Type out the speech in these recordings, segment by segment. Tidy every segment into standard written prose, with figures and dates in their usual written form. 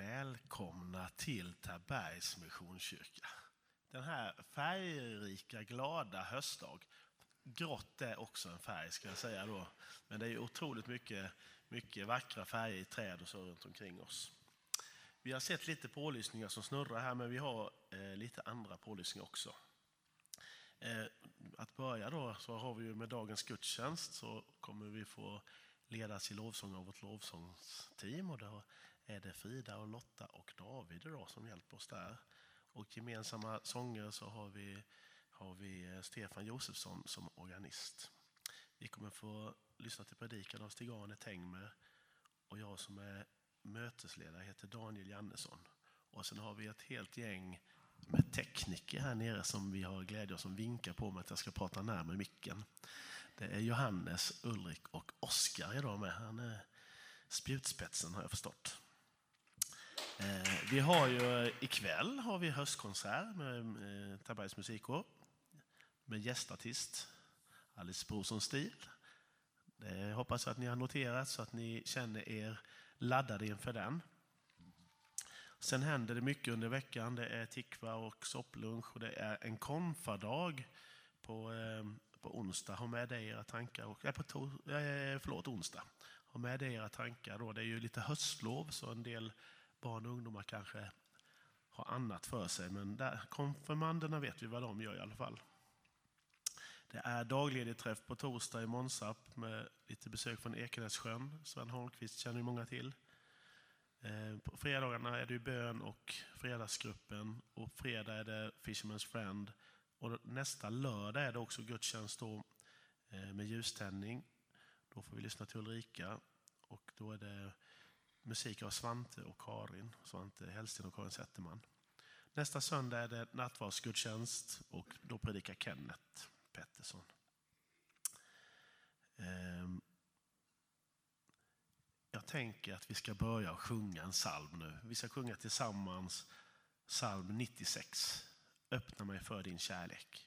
Välkomna till Tabergs Missionskyrka. Den här färgrika, glada höstdag. Grått är också en färg ska jag säga då. Men det är otroligt mycket vackra färger i träd och så runt omkring oss. Vi har sett lite pålysningar som snurrar här, men vi har lite andra pålysningar också. Att börja då så har vi ju med dagens gudstjänst så kommer vi få ledas i lovsång av vårt lovsångsteam, och då är det Frida och Lotta och David då som hjälper oss där. Och gemensamma sånger så har vi Stefan Josefsson som organist. Vi kommer få lyssna till predikan av Stig-Arne Tengmer, och jag som är mötesledare heter Daniel Jannesson. Och sen har vi ett helt gäng med tekniker här nere som vi har glädje som vinkar på mig att jag ska prata närmare micken. Det är Johannes, Ulrik och Oskar idag med. Han är spjutspetsen har jag förstått. Vi har ju ikväll har vi höstkonsert med Tabergs Musikkår med gästartist Alice Brorsson Stil. Det hoppas jag att ni har noterat så att ni känner er laddade inför den. Sen händer det mycket under veckan. Det är tikva och sopplunch och det är en konfadag på onsdag. Ha med dig era tankar. Onsdag. Ha med dig era tankar då. Det är ju lite höstlov så en del barn och ungdomar kanske har annat för sig. Men där, konfirmanderna vet vi vad de gör i alla fall. Det är dagledig träff på torsdag i Månsarp med lite besök från Ekenässjön. Sven Holmqvist känner ju många till. På fredagarna är det bön och fredagsgruppen, och fredag är det Fisherman's Friend, och nästa lördag är det också gudstjänst då, med ljuständning. Då får vi lyssna till Ulrika, och då är det musik av Svante och Karin, Svante Hellsten och Karin Zetterman. Nästa söndag är det nattvardsgudstjänst, och då predikar Kenneth Pettersson. Jag tänker att vi ska börja sjunga en psalm nu. Vi ska sjunga tillsammans psalm 96. Öppna mig för din kärlek.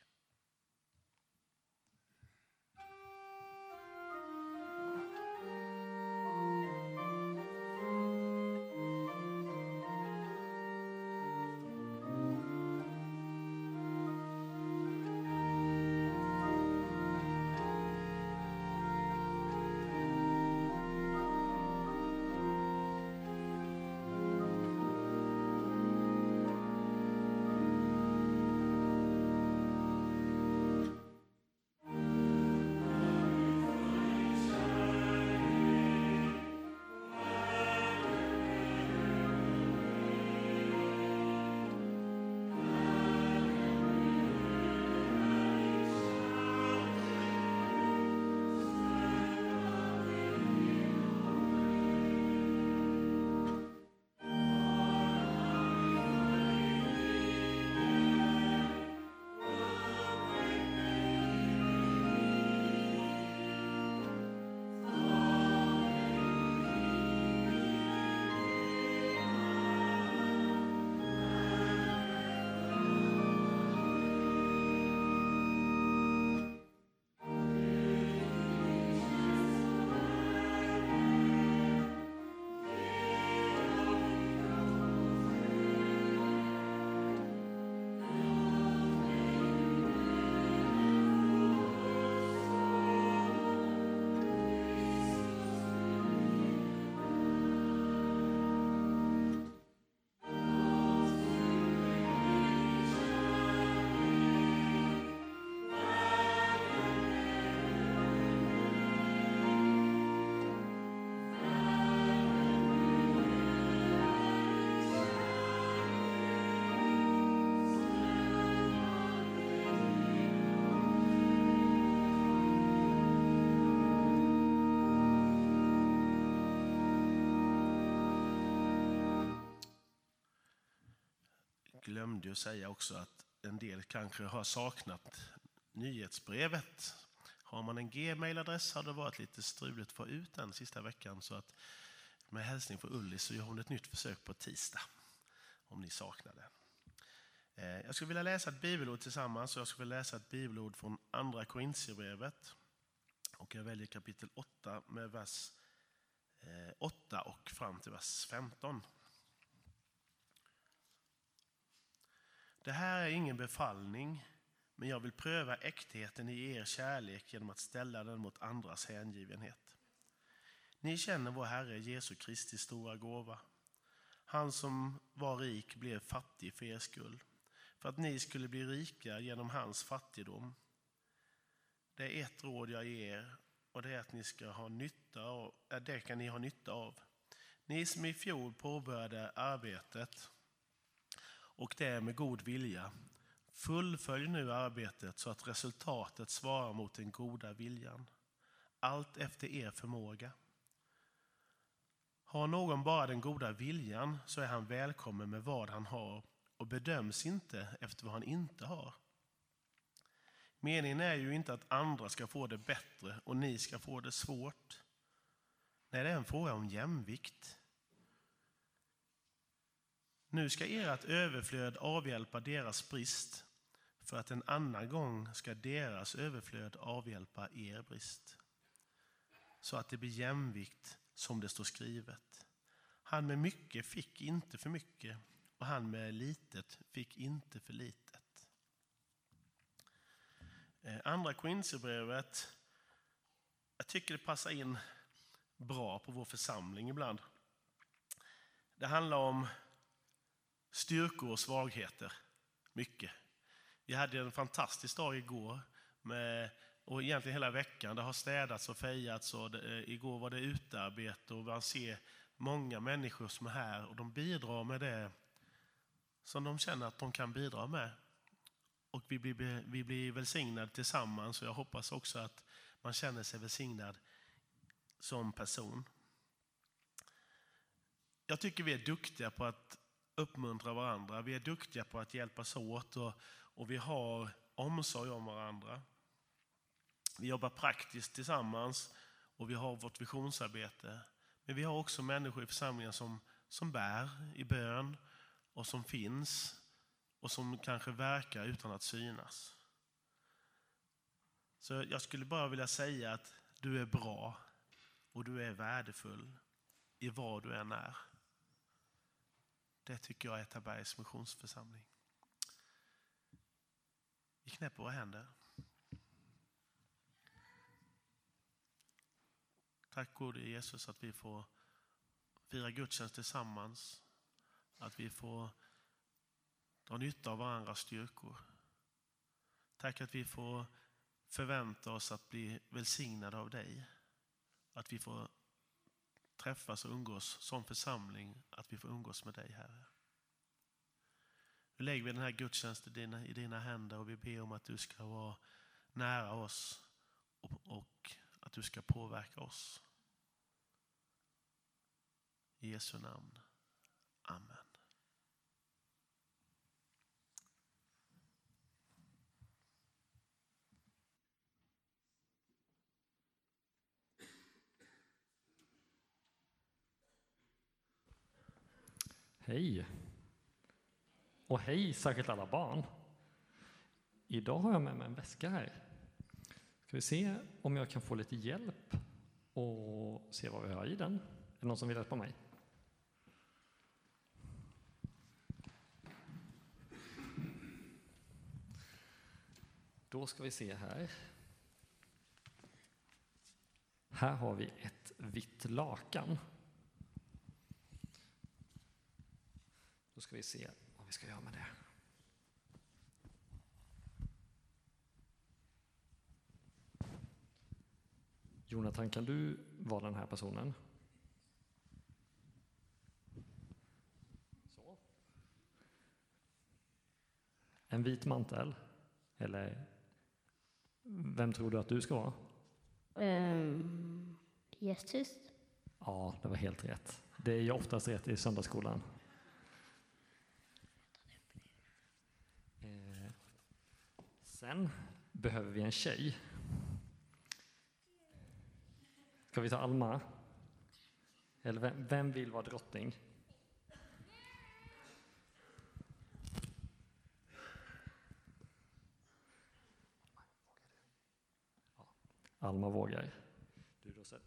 Glömde ju säga också att en del kanske har saknat nyhetsbrevet. Har man en Gmail-adress har det varit lite struligt att få ut den sista veckan, så att med hälsning för Ulli så gör hon ett nytt försök på tisdag om ni saknar det. Jag skulle vilja läsa ett bibelord tillsammans, så jag skulle vilja läsa ett bibelord från andra Korintierbrevet, och jag väljer kapitel 8 med vers 8 och fram till vers 15. Det här är ingen befallning, men jag vill pröva äktheten i er kärlek genom att ställa den mot andras hängivenhet. Ni känner vår Herre Jesu Kristi stora gåva. Han som var rik blev fattig för er skull, för att ni skulle bli rika genom hans fattigdom. Det är ett råd jag ger er, och det är att ni ska ha nytta av, det kan ni ha nytta av. Ni som i fjol påbörjade arbetet, och det med god vilja, fullfölj nu arbetet så att resultatet svarar mot den goda viljan. Allt efter er förmåga. Har någon bara den goda viljan så är han välkommen med vad han har och bedöms inte efter vad han inte har. Meningen är ju inte att andra ska få det bättre och ni ska få det svårt. Nej, det är en fråga om jämvikt. Nu ska ert överflöd avhjälpa deras brist, för att en annan gång ska deras överflöd avhjälpa er brist. Så att det blir jämvikt som det står skrivet. Han med mycket fick inte för mycket, och han med litet fick inte för litet. Andra Korinthierbrevet, jag tycker det passar in bra på vår församling ibland. Det handlar om styrkor och svagheter, mycket. Vi hade en fantastisk dag igår, och egentligen hela veckan. Det har städats och fejats, och igår var det utearbete, och man ser många människor som är här och de bidrar med det som de känner att de kan bidra med. Och vi blir välsignade tillsammans, och jag hoppas också att man känner sig välsignad som person. Jag tycker vi är duktiga på att uppmuntra varandra. Vi är duktiga på att hjälpas åt, och vi har omsorg om varandra. Vi jobbar praktiskt tillsammans, och vi har vårt visionsarbete. Men vi har också människor i församlingen som bär i bön, och som finns och som kanske verkar utan att synas. Så jag skulle bara vilja säga att du är bra och du är värdefull i vad du än är. Det tycker jag är Tabergs missionsförsamling. Vi knäpper våra händer. Tack gode Jesus att vi får fira gudstjänst tillsammans. Att vi får dra nytta av varandras styrkor. Tack att vi får förvänta oss att bli välsignade av dig. Att vi får träffas och umgås som församling. Att vi får umgås med dig, Herre. Nu lägger vi den här gudstjänsten i dina händer, och vi ber om att du ska vara nära oss och att du ska påverka oss. I Jesu namn. Amen. Hej! Och hej särskilt alla barn. Idag har jag med mig en väska här. Ska vi se om jag kan få lite hjälp och se vad vi har i den. Är det någon som vill hjälpa mig? Då ska vi se här. Här har vi ett vitt lakan. Då ska vi se vad vi ska göra med det. Jonathan, kan du vara den här personen? Så. En vit mantel? Eller vem tror du att du ska vara? Jesus. Ja, det var helt rätt. Det är ju oftast rätt i söndagsskolan. Sen behöver vi en tjej. Ska vi ta Alma? Eller vem vill vara drottning? Ja, Alma vågar. Du då så.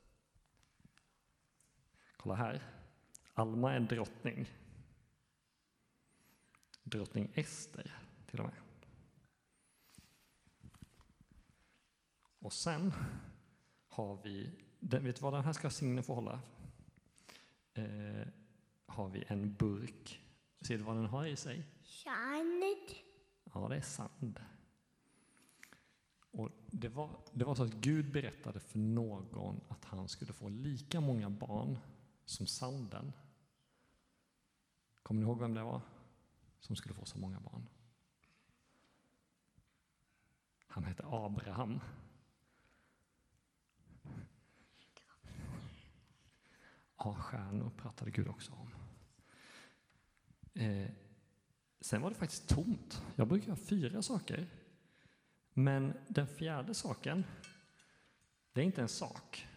Kolla här. Alma är drottning. Drottning Ester. till och med. Och sen har vi, vet du vad den här ska Signe få hålla? Har vi en burk. Ser du vad den har i sig? Sand. Ja, det är sand. Och det var så att Gud berättade för någon att han skulle få lika många barn som sanden. Kommer ni ihåg vem det var som skulle få så många barn? Han hette Abraham. Ja, stjärnor pratade Gud också om. Sen var det faktiskt tomt. Jag brukar ha 4 saker. Men den 4:e saken, det är inte en sak.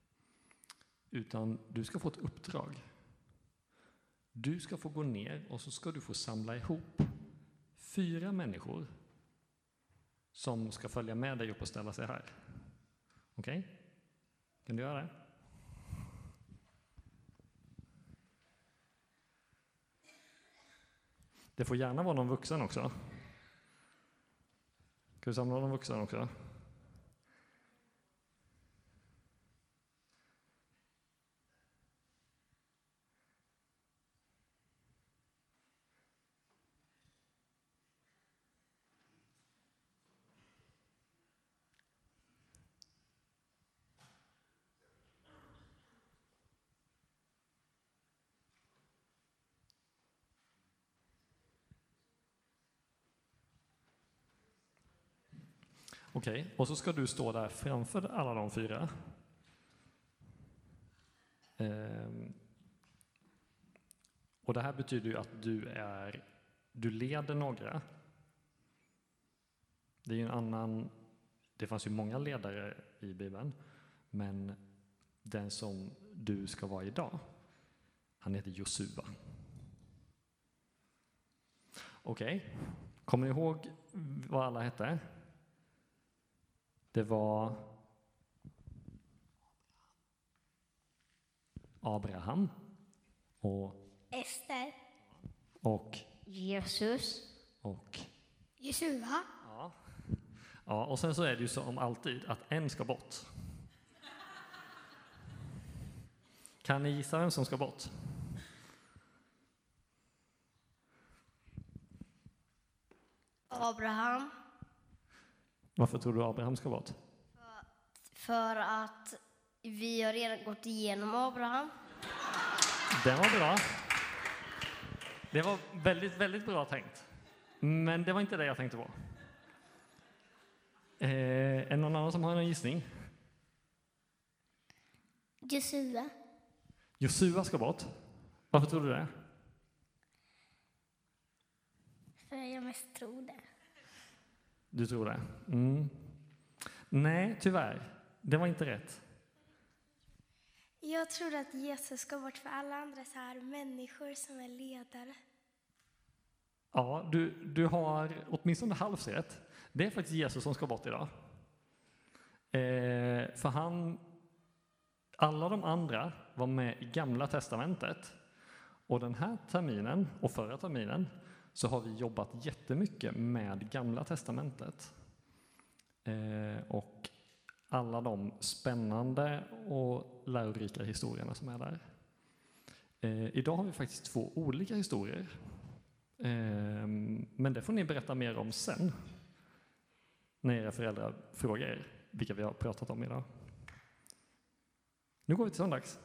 Utan du ska få ett uppdrag. Du ska få gå ner och så ska du få samla ihop 4 människor som ska följa med dig upp och ställa sig här. Okej? Kan du göra det? Det får gärna vara någon vuxen också. Ska vi samla någon vuxen också? Okej, och så ska du stå där framför alla de 4. Och det här betyder ju att du leder några. Det är ju en annan, det fanns ju många ledare i Bibeln, men den som du ska vara idag, han heter Josua. Okej, kommer ni ihåg vad alla hette? Det var Abraham och Ester. och Jesus. och Jesua. ja, och sen så är det ju så om alltid att en ska bort. Kan ni gissa vem som ska bort? Abraham. Varför tror du Abraham ska bort? För att vi har redan gått igenom Abraham. Den var bra. Det var väldigt, väldigt bra tänkt. Men det var inte det jag tänkte på. Är någon annan som har en gissning? Josua. Josua ska bort. Varför tror du det? För jag mest tror det. Du tror det? Mm. Nej, tyvärr. Det var inte rätt. Jag tror att Jesus ska bort för alla andra så här människor som är ledare. Ja, du har åtminstone halvt rätt. Det är faktiskt Jesus som ska bort idag. För alla de andra var med i Gamla testamentet. Och den här terminen och förra terminen så har vi jobbat jättemycket med Gamla testamentet. Och alla de spännande och lärorika historierna som är där. Idag har vi faktiskt 2 olika historier. Men det får ni berätta mer om sen. När era föräldrar frågar er vilka vi har pratat om idag. Nu går vi till söndags.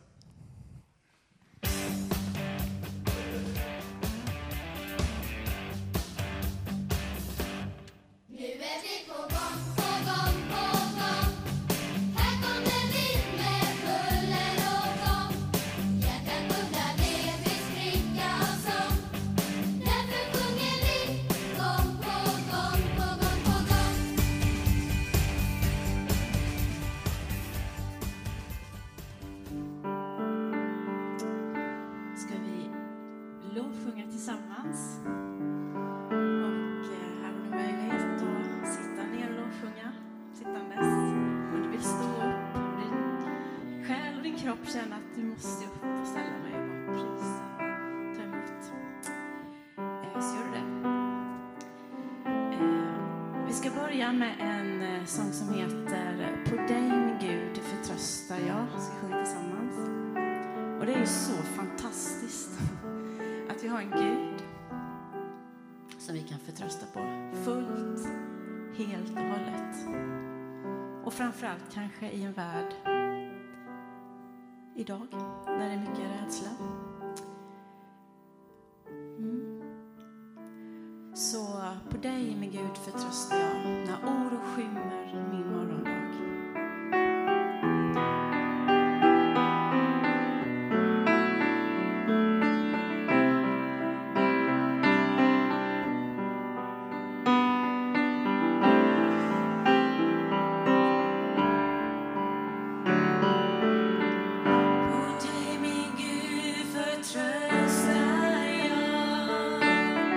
Känna att du måste upp och ställa mig och prisa, ta emot. Så gör du det. med en sång som heter På dig min Gud förtröstar jag. Ska sjunga tillsammans. Och det är ju så fantastiskt att vi har en Gud som vi kan förtrösta på fullt, helt och hållet. Och framförallt kanske i en värld idag när det är mycket rädsla. Så på dig min Gud förtröstar jag när oro skymmer min morgondag.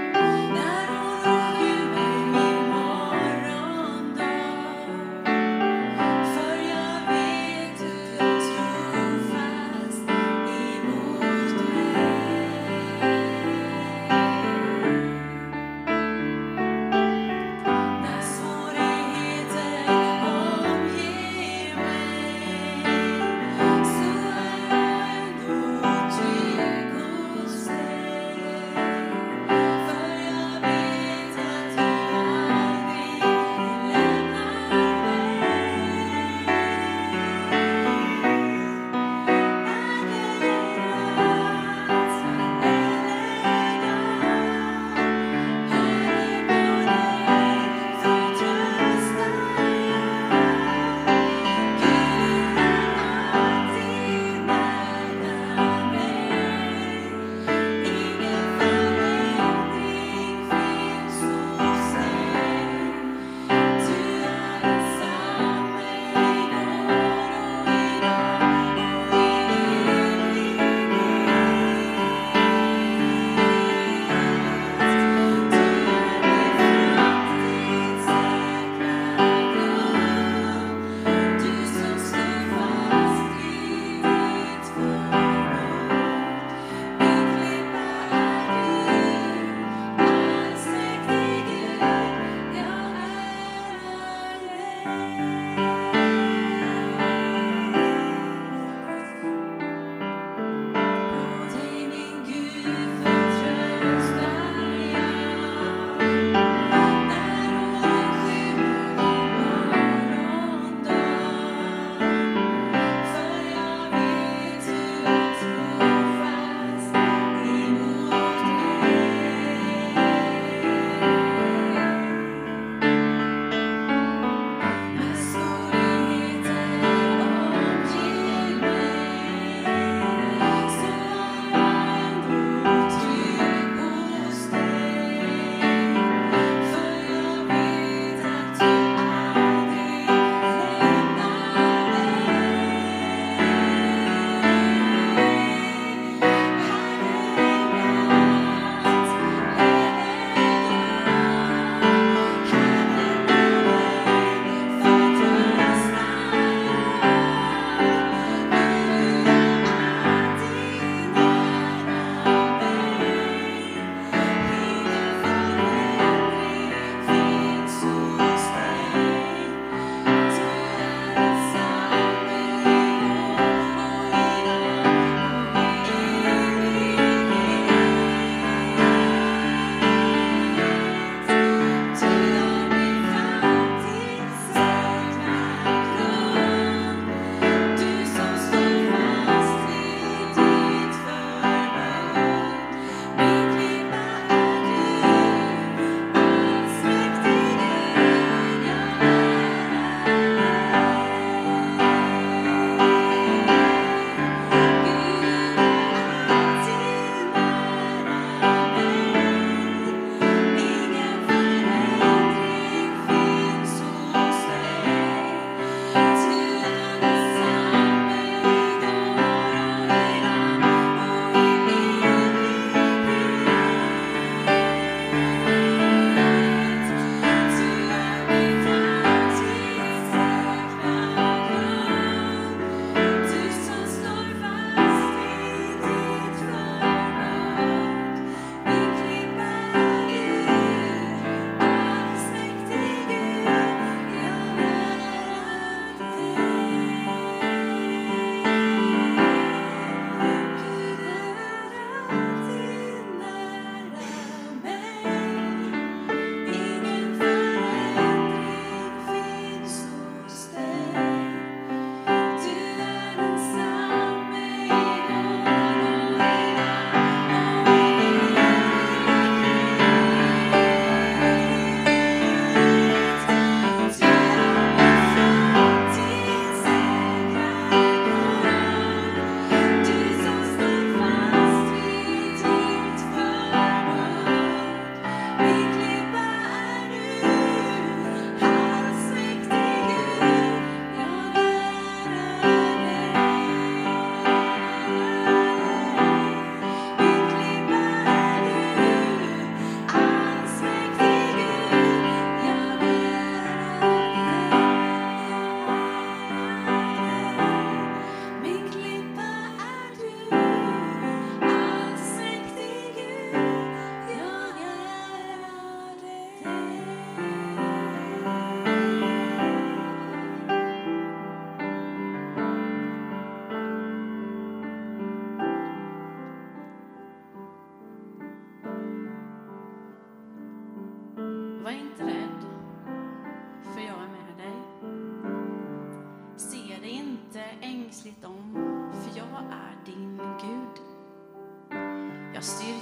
När oro skymmer min morgondag.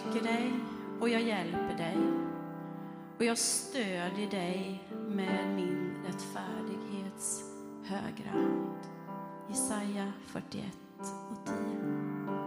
söker dig och jag hjälper dig. Och jag stödjer dig med min rättfärdighets högra hand. Jesaja 41:10.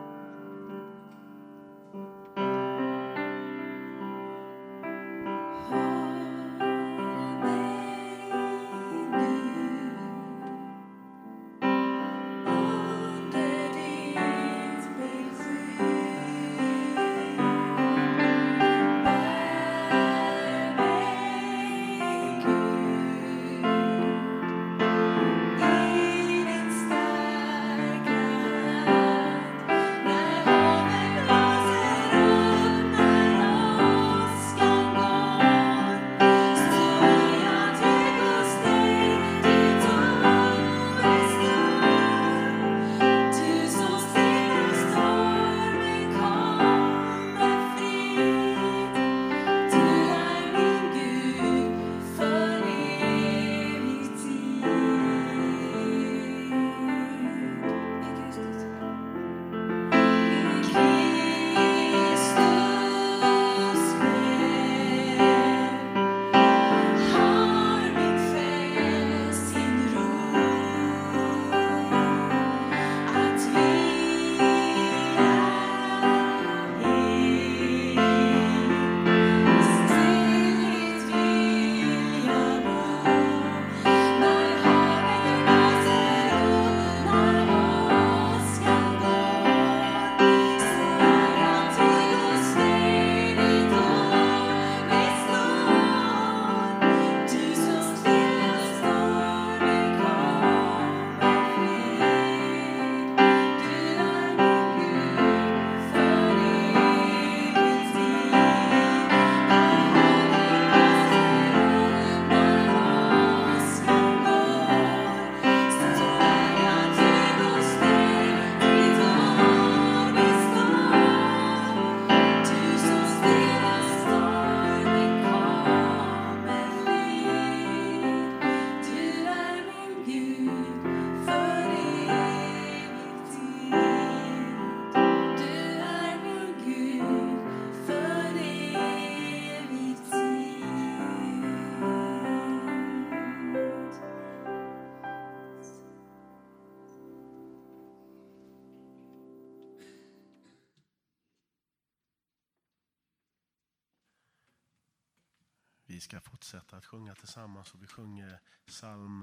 Vi ska fortsätta att sjunga tillsammans och vi sjunger psalm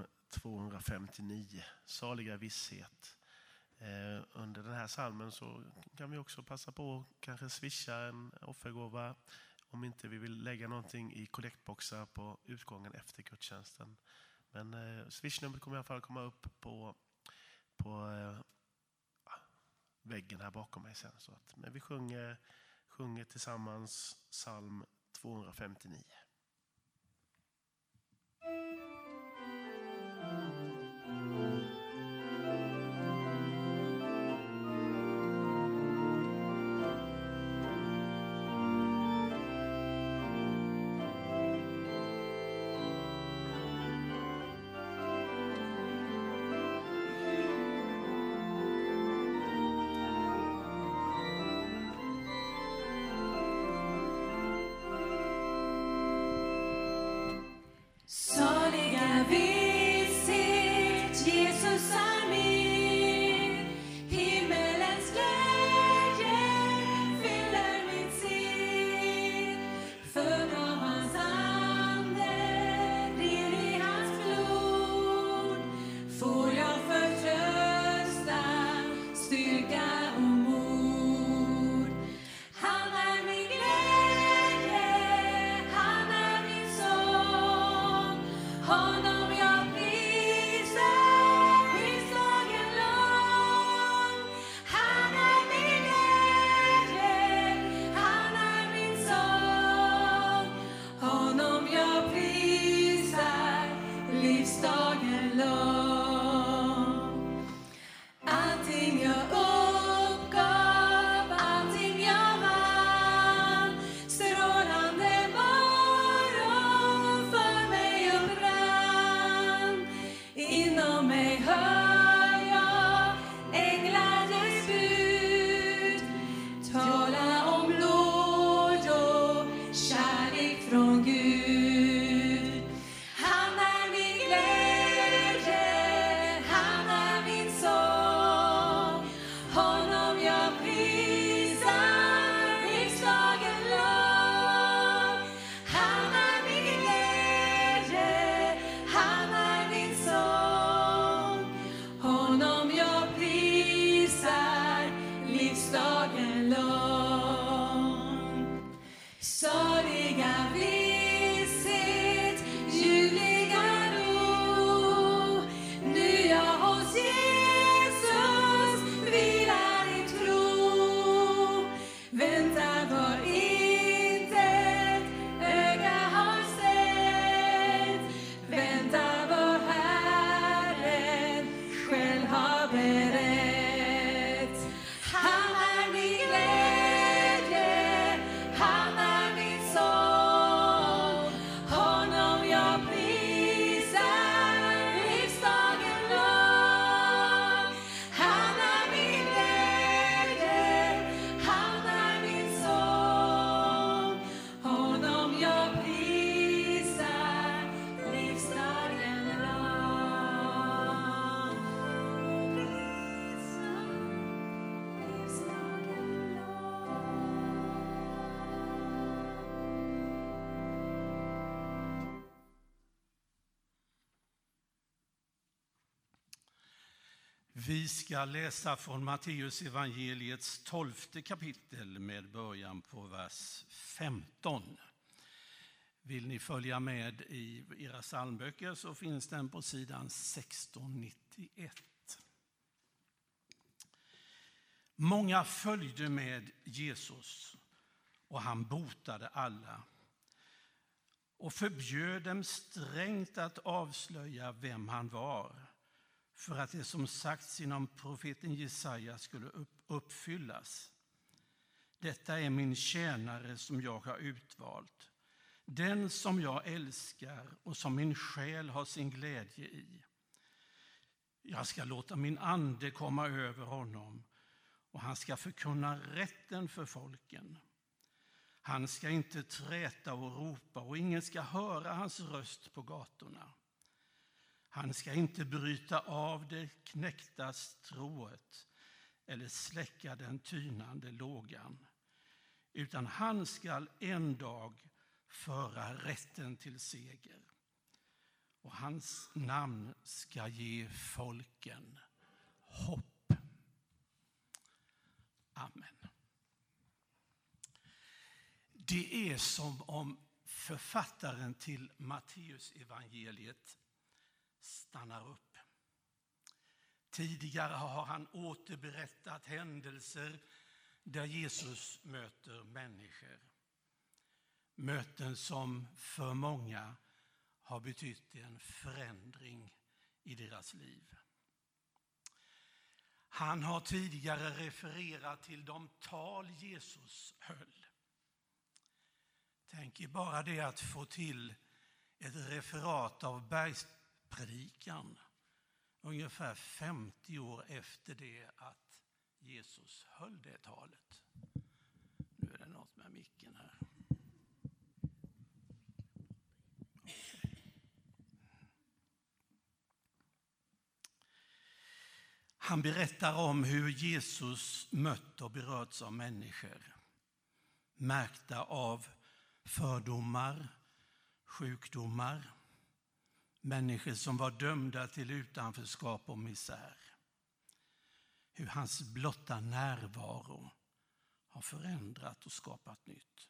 259, Saliga visshet. Under den här psalmen så kan vi också passa på att kanske swisha en offergåva om inte vi vill lägga någonting i kollektboxar på utgången efter gudstjänsten. Men swishnumret kommer i alla fall komma upp på väggen här bakom mig sen. Så att, men vi sjunger tillsammans psalm 259. Saliga Vi ska läsa från Matteus evangeliets 12:e kapitel med början på vers 15. Vill ni följa med i era psalmböcker så finns den på sidan 1691. Många följde med Jesus och han botade alla och förbjöd dem strängt att avslöja vem han var, för att det som sagts inom profeten Jesaja skulle uppfyllas. Detta är min tjänare som jag har utvalt, den som jag älskar och som min själ har sin glädje i. Jag ska låta min ande komma över honom och han ska förkunna rätten för folken. Han ska inte träta och ropa och ingen ska höra hans röst på gatorna. Han ska inte bryta av det knäckta strået eller släcka den tynande lågan, utan han ska en dag föra rätten till seger. Och hans namn ska ge folken hopp. Amen. Det är som om författaren till Matteus evangeliet stannar upp. Tidigare har han återberättat händelser där Jesus möter människor. Möten som för många har betytt en förändring i deras liv. Han har tidigare refererat till de tal Jesus höll. Tänk er bara det att få till ett referat av bergspredikan ungefär 50 år efter det att Jesus höll det talet. Nu är det något med micken här. Han berättar om hur Jesus mött och berörts av människor, märkta av fördomar, sjukdomar, människor som var dömda till utanförskap och misär. Hur hans blotta närvaro har förändrat och skapat nytt.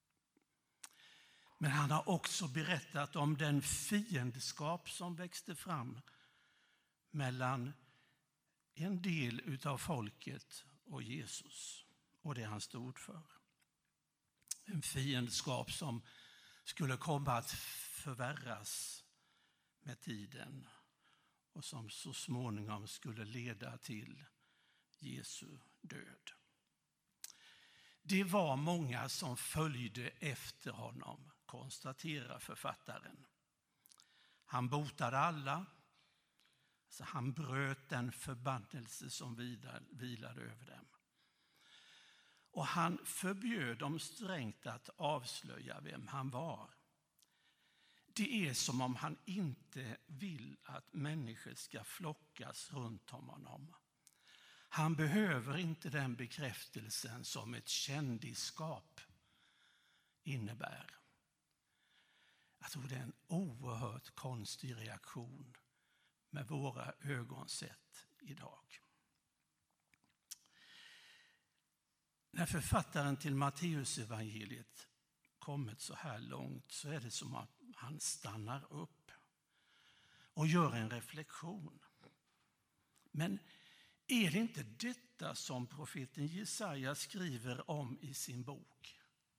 Men han har också berättat om den fiendskap som växte fram mellan en del av folket och Jesus och det han stod för. En fiendskap som skulle komma att förvärras med tiden och som så småningom skulle leda till Jesu död. Det var många som följde efter honom, konstaterar författaren. Han botade alla, så han bröt den förbannelse som vilade över dem. Och han förbjöd dem strängt att avslöja vem han var. Det är som om han inte vill att människor ska flockas runt om honom. Han behöver inte den bekräftelsen som ett kändisskap innebär. Jag tror det är en oerhört konstig reaktion med våra ögon sett idag. När författaren till Matteus evangeliet kommit så här långt så är det som att han stannar upp och gör en reflektion. Men är det inte detta som profeten Jesaja skriver om i sin bok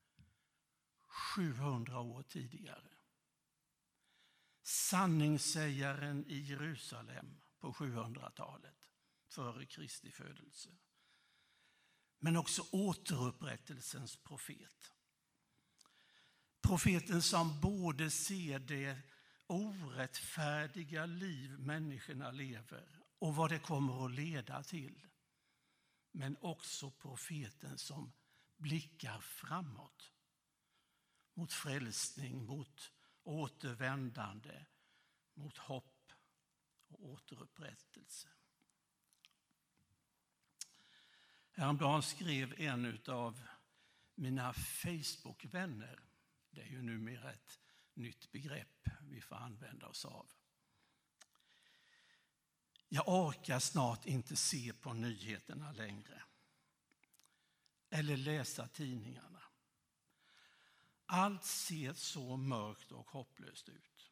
700 år tidigare? Sanningssägaren i Jerusalem på 700-talet före Kristi födelse. Men också återupprättelsens profet. Profeten som både ser det orättfärdiga liv människorna lever och vad det kommer att leda till. Men också profeten som blickar framåt mot frälsning, mot återvändande, mot hopp och återupprättelse. Häromdagen skrev en av mina Facebook-vänner, det är ju numera ett nytt begrepp vi får använda oss av. Jag orkar snart inte se på nyheterna längre. Eller läsa tidningarna. Allt ser så mörkt och hopplöst ut.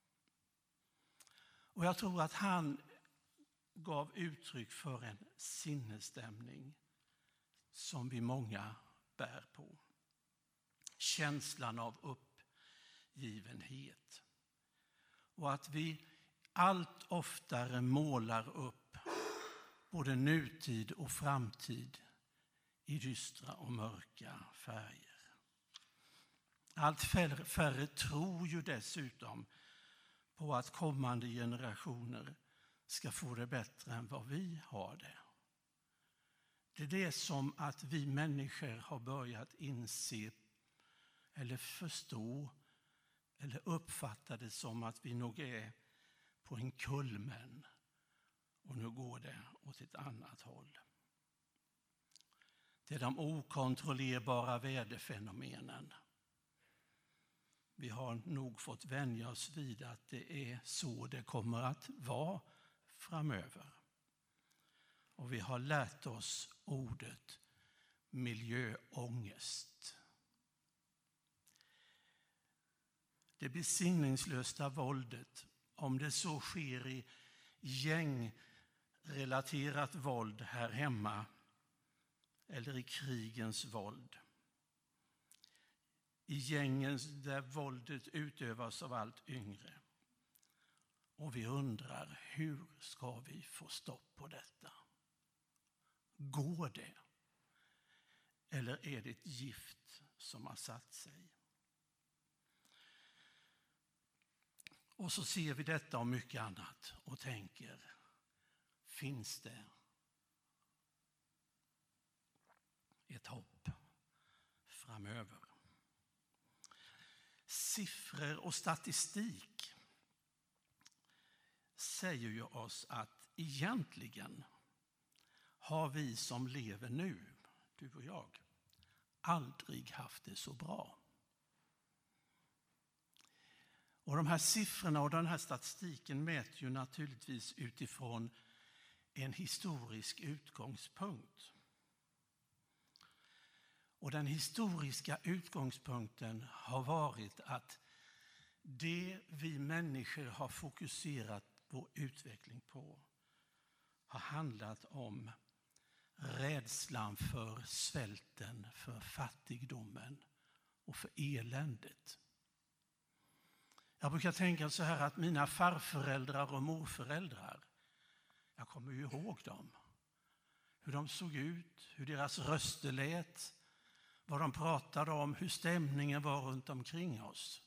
Och jag tror att han gav uttryck för en sinnesstämning som vi många bär på. Känslan av uppgivenhet. Och att vi allt oftare målar upp både nutid och framtid i dystra och mörka färger. Allt färre tror ju dessutom på att kommande generationer ska få det bättre än vad vi har det. Det är det som att vi människor har börjat inse eller förstå eller uppfatta det som att vi nog är på en kulmen och nu går det åt ett annat håll. Det är de okontrollerbara väderfenomenen. Vi har nog fått vänja oss vid att det är så det kommer att vara framöver. Och vi har lärt oss ordet miljöångest. Det besinningslösa våldet, om det så sker i gängrelaterat våld här hemma eller i krigens våld. I gängen där våldet utövas av allt yngre. Och vi undrar, hur ska vi få stopp på detta? Går det? Eller är det ett gift som har satt sig? Och så ser vi detta och mycket annat och tänker, finns det ett hopp framöver? Siffror och statistik säger ju oss att egentligen har vi som lever nu, du och jag, aldrig haft det så bra. Och de här siffrorna och den här statistiken mäter ju naturligtvis utifrån en historisk utgångspunkt. Och den historiska utgångspunkten har varit att det vi människor har fokuserat vår utveckling på har handlat om rädslan för svälten, för fattigdomen och för eländet. Jag brukar tänka så här att mina farföräldrar och morföräldrar, jag kommer ju ihåg dem. Hur de såg ut, hur deras röster lät, vad de pratade om, hur stämningen var runt omkring oss.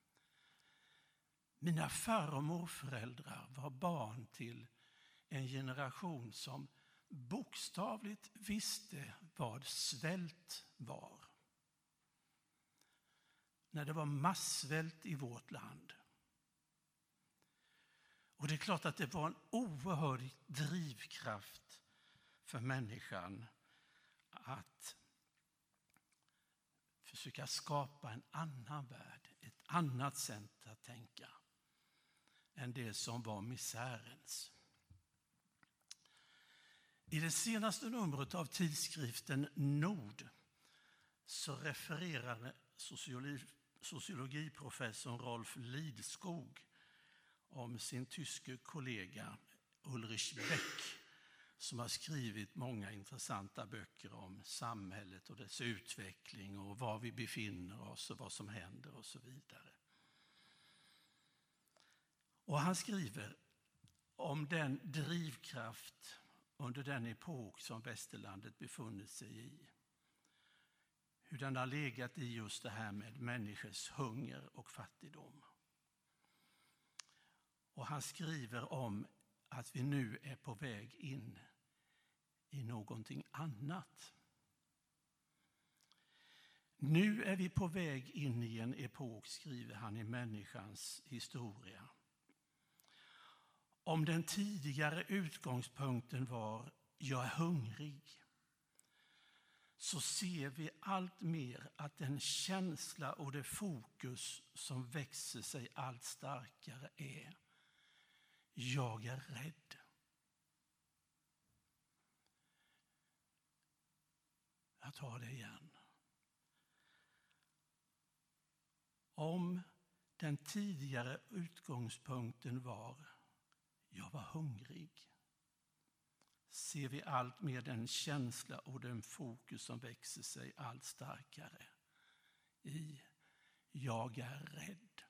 Mina far- och morföräldrar var barn till en generation som bokstavligt visste vad svält var. När det var massvält i vårt land. Och det är klart att det var en oerhörd drivkraft för människan att försöka skapa en annan värld, ett annat sätt att tänka än det som var misärens. I det senaste numret av tidskriften Nord så refererar sociologiprofessorn Rolf Lidskog om sin tyske kollega Ulrich Beck som har skrivit många intressanta böcker om samhället och dess utveckling och var vi befinner oss och vad som händer och så vidare. Och han skriver om den drivkraft under den epok som västerlandet befunnit sig i. Hur den har legat i just det här med människors hunger och fattigdom. Och han skriver om att vi nu är på väg in i någonting annat. Nu är vi på väg in i en epok, skriver han, i människans historia. Om den tidigare utgångspunkten var jag är hungrig, så ser vi allt mer att den känsla och det fokus som växer sig allt starkare är jag är rädd. ta det igen. Om den tidigare utgångspunkten var jag var hungrig, ser vi allt mer den känsla och den fokus som växer sig allt starkare i jag är rädd.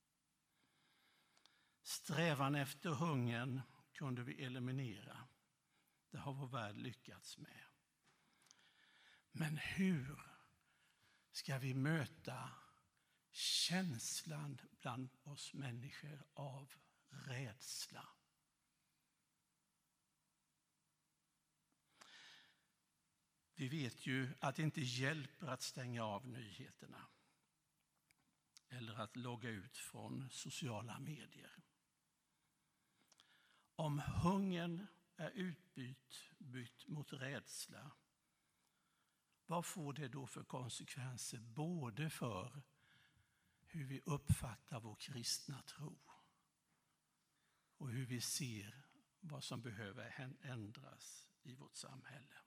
Strävan efter hungern kunde vi eliminera. Det har vår värld lyckats med. Men hur ska vi möta känslan bland oss människor av rädsla? Vi vet ju att det inte hjälper att stänga av nyheterna eller att logga ut från sociala medier. Om hungern är utbytt mot rädsla, vad får det då för konsekvenser både för hur vi uppfattar vår kristna tro och hur vi ser vad som behöver ändras i vårt samhälle?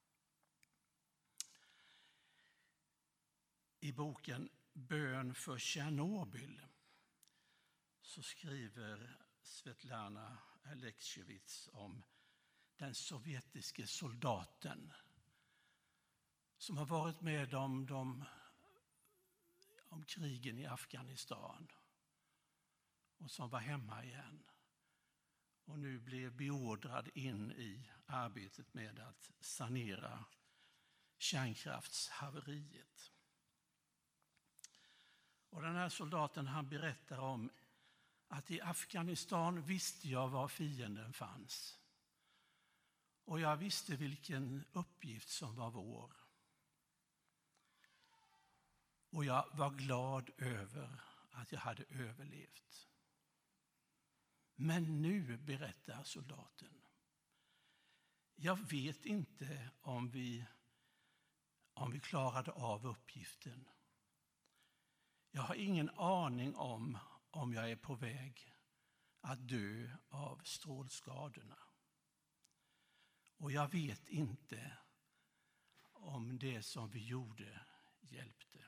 I boken Bön för Tjernobyl så skriver Svetlana Alexievich om den sovjetiske soldaten som har varit med om krigen i Afghanistan och som var hemma igen och nu blev beordrad in i arbetet med att sanera kärnkraftshaveriet. Och den här soldaten, han berättar om att i Afghanistan visste jag var fienden fanns. Och jag visste vilken uppgift som var vår. Och jag var glad över att jag hade överlevt. Men nu, berättar soldaten, jag vet inte om vi klarade av uppgiften. Jag har ingen aning om jag är på väg att dö av strålskadorna. Och jag vet inte om det som vi gjorde hjälpte.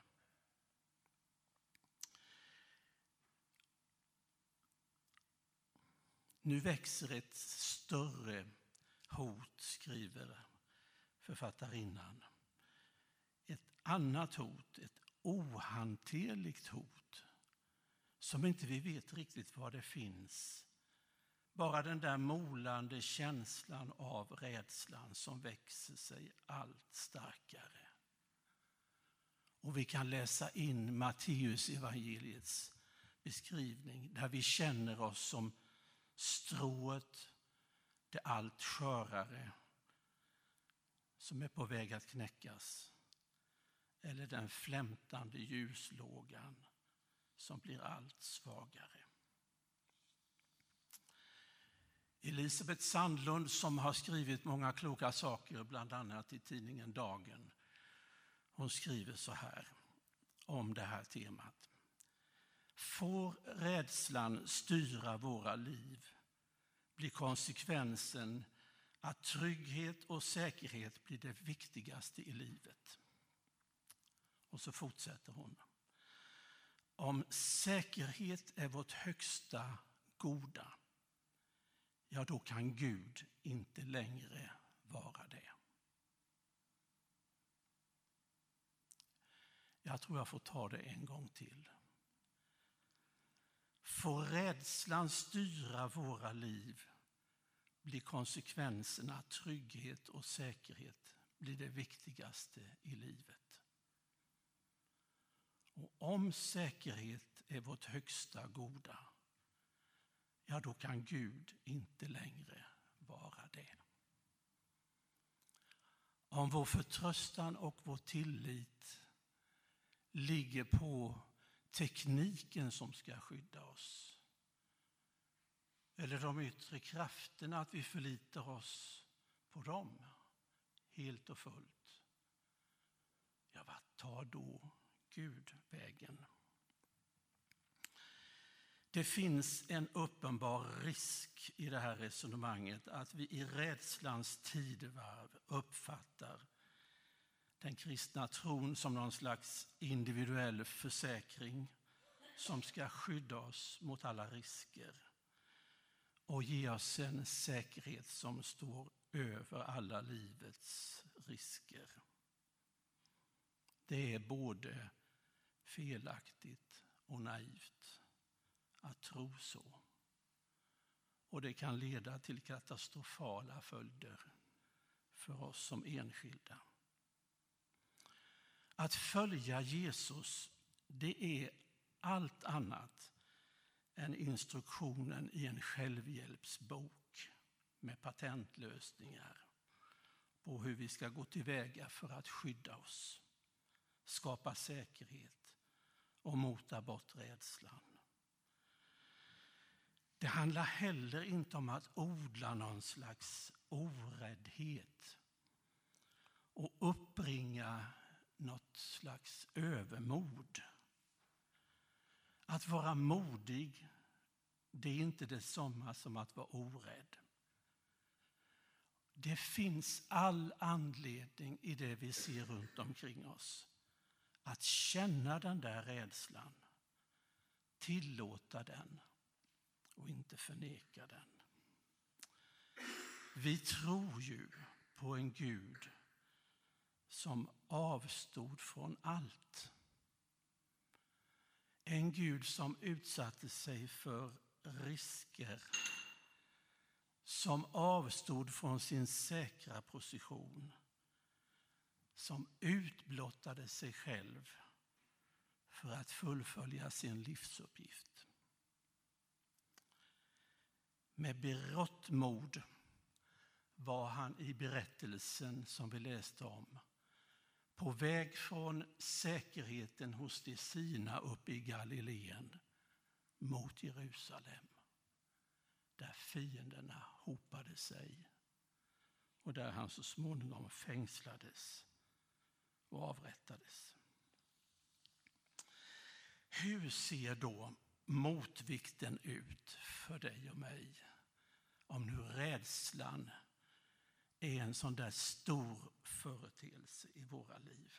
Nu växer ett större hot, skriver författarinnan. Ett annat hot, ett ohanterligt hot som inte vi vet riktigt var det finns. Bara den där molande känslan av rädslan som växer sig allt starkare. Och vi kan läsa in Matteus evangeliets beskrivning där vi känner oss som strået, det allt skörare som är på väg att knäckas. Eller den flämtande ljuslågan som blir allt svagare. Elisabeth Sandlund, som har skrivit många kloka saker, bland annat i tidningen Dagen, hon skriver så här om det här temat. Får rädslan styra våra liv blir konsekvensen att trygghet och säkerhet blir det viktigaste i livet. Och så fortsätter hon. Om säkerhet är vårt högsta goda, ja då kan Gud inte längre vara det. Jag tror jag får ta det en gång till. Får rädslan styra våra liv blir konsekvenserna att trygghet och säkerhet blir det viktigaste i livet. Och om säkerhet är vårt högsta goda, ja då kan Gud inte längre vara det. Om vår förtröstan och vår tillit ligger på tekniken som ska skydda oss, eller de yttre krafterna, att vi förlitar oss på dem helt och fullt, ja vad tar då Gud vägen? Det finns en uppenbar risk i det här resonemanget att vi i rädslans tidevarv uppfattar den kristna tron som någon slags individuell försäkring som ska skydda oss mot alla risker och ge oss en säkerhet som står över alla livets risker. Det är både felaktigt och naivt att tro så. Och det kan leda till katastrofala följder för oss som enskilda. Att följa Jesus, det är allt annat än instruktionen i en självhjälpsbok med patentlösningar på hur vi ska gå tillväga för att skydda oss, skapa säkerhet och mota bort rädslan. Det handlar heller inte om att odla någon slags oräddhet och uppbringa något slags övermod. Att vara modig, det är inte detsamma som att vara orädd. Det finns all anledning i det vi ser runt omkring oss att känna den där rädslan, tillåta den och inte förneka den. Vi tror ju på en Gud som avstod från allt. En Gud som utsatte sig för risker, som avstod från sin säkra position, som utblottade sig själv för att fullfölja sin livsuppgift. Med berått mod var han i berättelsen som vi läste om på väg från säkerheten hos de sina uppe i Galileen mot Jerusalem, där fienderna hopade sig och där han så småningom fängslades och avrättades. Hur ser då motvikten ut för dig och mig om nu rädslan är en sån där stor företeelse i våra liv?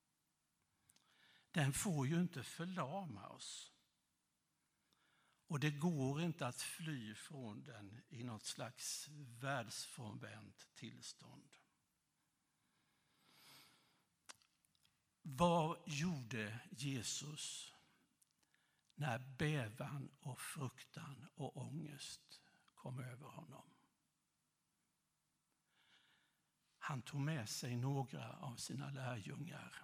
Den får ju inte förlama oss. Och det går inte att fly från den i något slags världsfrånvänt tillstånd. Vad gjorde Jesus när bävan och fruktan och ångest kom över honom? Han tog med sig några av sina lärjungar.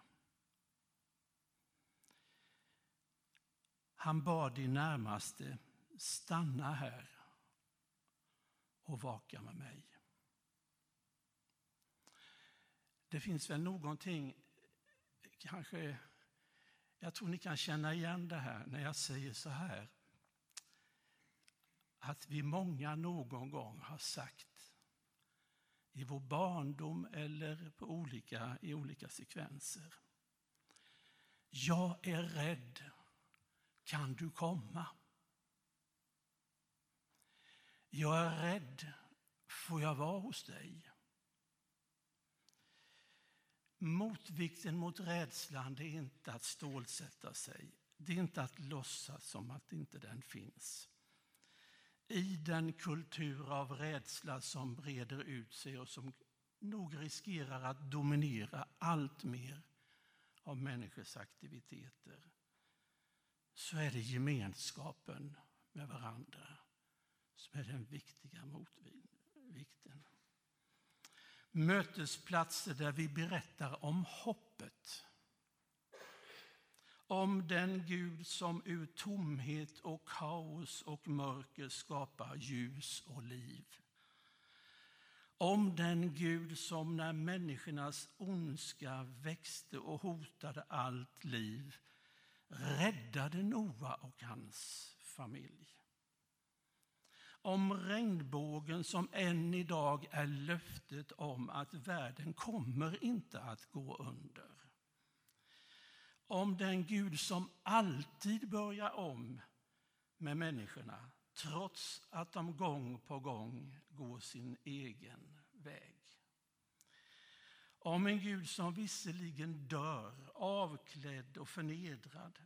Han bad de närmaste stanna här och vaka med mig. Det finns väl någonting, kanske, jag tror ni kan känna igen det här när jag säger så här, att vi många någon gång har sagt i vår barndom eller i olika sekvenser: jag är rädd, kan du komma? Jag är rädd, får jag vara hos dig? Motvikten mot rädslan, det är inte att stålsätta sig. Det är inte att låtsas som att inte den finns. I den kultur av rädsla som breder ut sig och som nog riskerar att dominera allt mer av människors aktiviteter, så är det gemenskapen med varandra som är den viktiga motvikten. Mötesplatser där vi berättar om hoppet. Om den Gud som ur tomhet och kaos och mörker skapar ljus och liv. Om den Gud som när människornas ondska växte och hotade allt liv räddade Noa och hans familj. Om regnbågen som än idag är löftet om att världen kommer inte att gå under. Om den Gud som alltid börjar om med människorna trots att de gång på gång går sin egen väg. Om en Gud som visserligen dör, avklädd och förnedrad,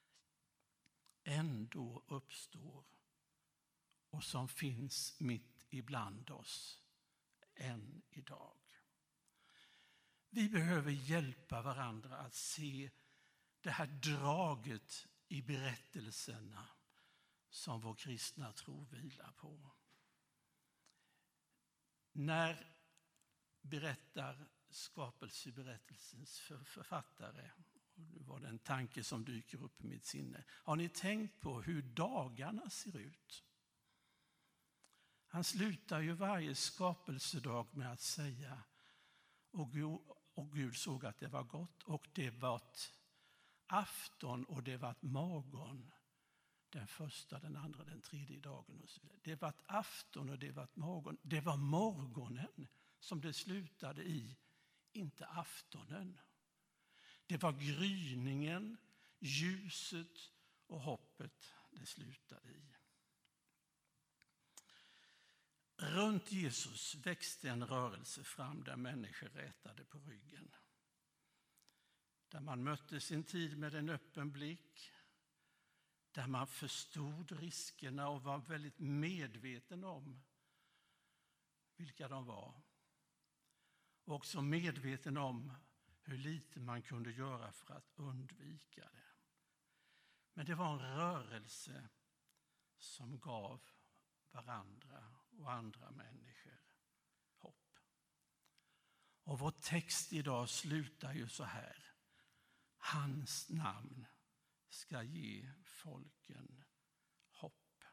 ändå uppstår och som finns mitt ibland oss än idag. Vi behöver hjälpa varandra att se det här draget i berättelserna som vår kristna tro vilar på. När berättar skapelseberättelsens författare, och nu var det en tanke som dyker upp i mitt sinne. Har ni tänkt på hur dagarna ser ut? Han slutar ju varje skapelsedag med att säga och Gud såg att det var gott och det var afton och det var morgon. Den första, den andra, den tredje dagen och så vidare. Det var afton och det var morgon. Det var morgonen som det slutade i, inte aftonen. Det var gryningen, ljuset och hoppet det slutade i. Runt Jesus växte en rörelse fram där människor rätade på ryggen. Där man mötte sin tid med en öppen blick. Där man förstod riskerna och var väldigt medveten om vilka de var. Och också medveten om hur lite man kunde göra för att undvika det. Men det var en rörelse som gav varandra och andra människor hopp. Och vår text idag slutar ju så här. Hans namn ska ge folken hopp.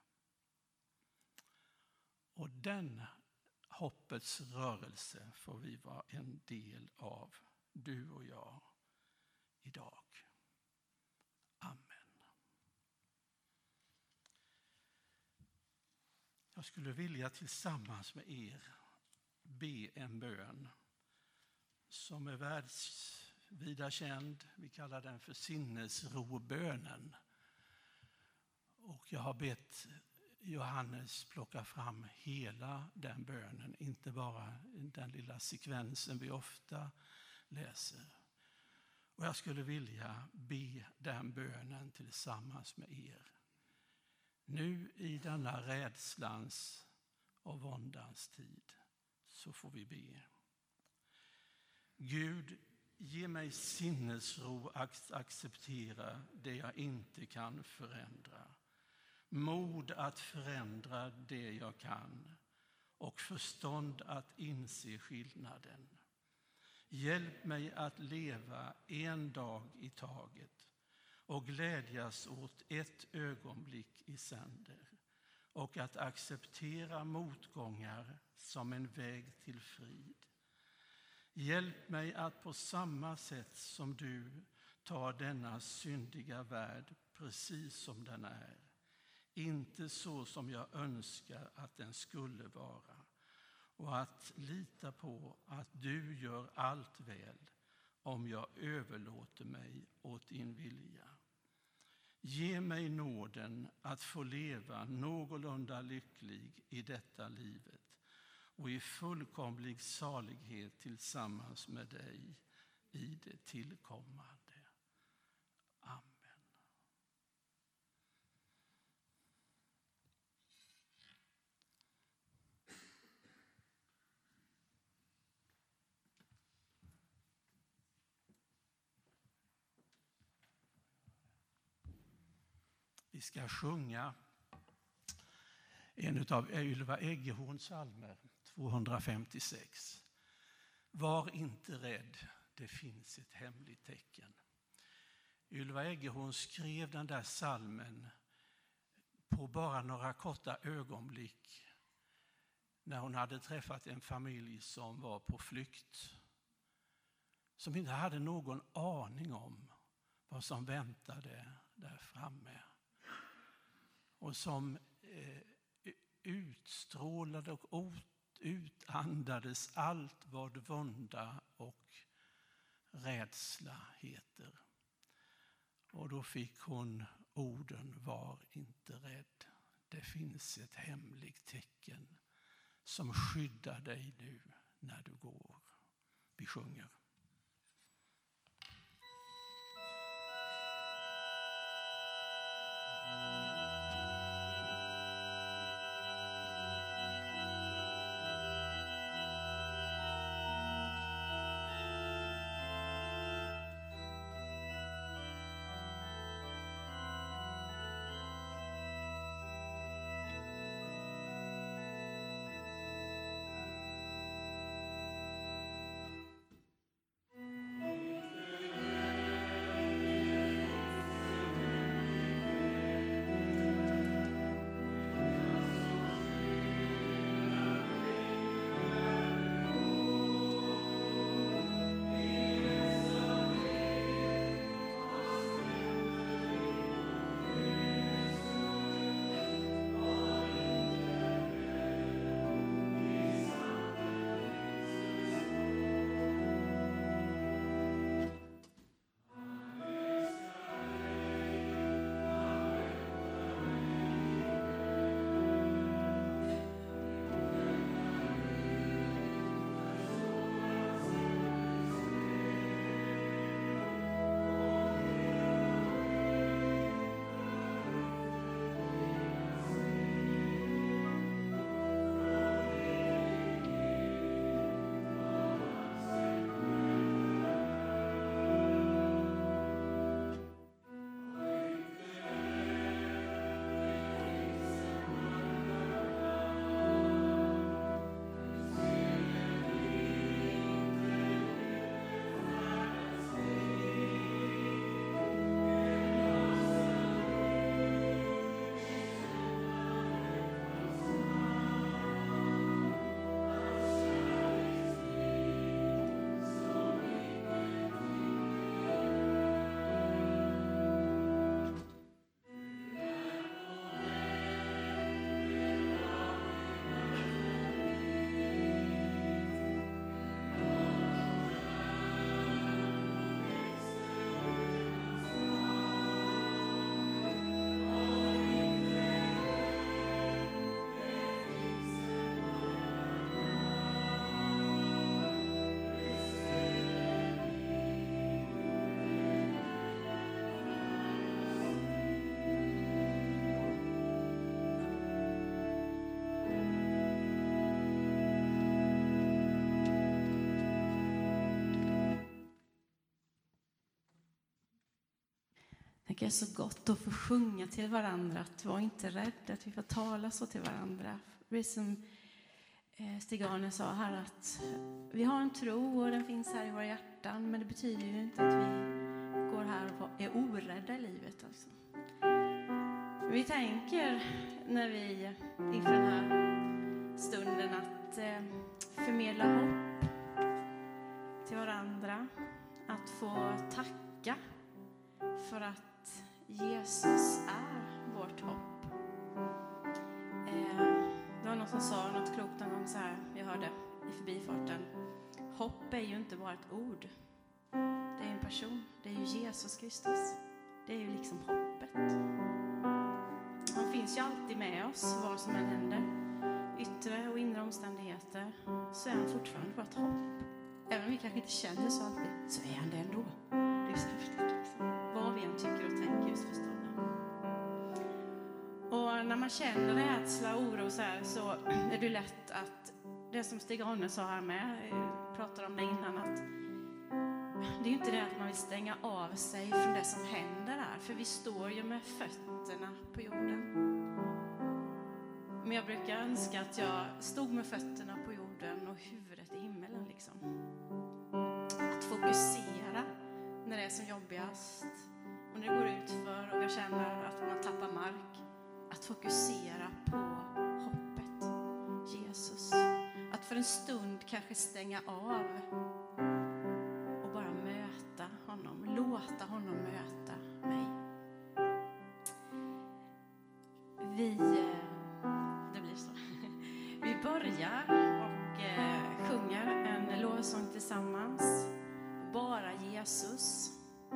Och den hoppets rörelse får vi vara en del av, du och jag, idag. Amen. Jag skulle vilja tillsammans med er be en bön som är världsvida känd. Vi kallar den för sinnesrobönen. Och jag har bett Johannes plocka fram hela den bönen, inte bara den lilla sekvensen vi ofta läser. Och jag skulle vilja be den bönen tillsammans med er. Nu i denna rädslans och våndans tid så får vi be. Gud, ge mig sinnesro att acceptera det jag inte kan förändra. Mod att förändra det jag kan och förstånd att inse skillnaden. Hjälp mig att leva en dag i taget och glädjas åt ett ögonblick i sänder och att acceptera motgångar som en väg till frid. Hjälp mig att på samma sätt som du ta denna syndiga värld precis som den är. Inte så som jag önskar att den skulle vara. Och att lita på att du gör allt väl om jag överlåter mig åt din vilja. Ge mig nåden att få leva någorlunda lycklig i detta livet och i fullkomlig salighet tillsammans med dig i det tillkommande. Amen. Vi ska sjunga en av Ylva Eggehorns psalmer, 256. Var inte rädd, det finns ett hemligt tecken. Ylva Eggehorn skrev den där psalmen på bara några korta ögonblick när hon hade träffat en familj som var på flykt. Som inte hade någon aning om vad som väntade där framme. Och som utstrålade och utandades allt vad vånda och rädsla heter. Och då fick hon orden: var inte rädd. Det finns ett hemligt tecken som skyddar dig nu när du går. Vi sjunger. Det är så gott att få sjunga till varandra, att vara inte rädd, att vi får tala så till varandra. Det är som Stig-Arne sa här, att vi har en tro och den finns här i våra hjärtan, men det betyder ju inte att vi går här och är orädda i livet. Alltså. Vi tänker när vi inför den här stunden att förmedla hopp till varandra, att få tacka för att Jesus är vårt hopp. Det var någon som sa något klokt någon gång så här, jag hörde i förbifarten: hopp är ju inte bara ett ord, det är en person, det är ju Jesus Kristus. Det är ju liksom hoppet. Han finns ju alltid med oss, vad som än händer, yttre och inre omständigheter, så är han fortfarande vårt hopp. Även om vi kanske inte känner så alltid, så är han det ändå. Det är så häftigt liksom. Vad vi än tycker och tänker just för stunden. Och när man känner rädsla och oro så här, så är det lätt att, det som Stig-Arne sa här med, pratade om det innan, att det är ju inte det att man vill stänga av sig från det som händer här. För vi står ju med fötterna på jorden. Men jag brukar önska att jag stod med fötterna på jorden och huvudet i himmelen liksom. Att fokusera när det är som jobbigast. Och när det går ut för och jag känner att man tappar mark. Att fokusera på hoppet, Jesus. Att för en stund kanske stänga av och bara möta honom. Låta honom möta mig. Det blir så. Vi börjar och sjunger en lovsång tillsammans. Bara Jesus.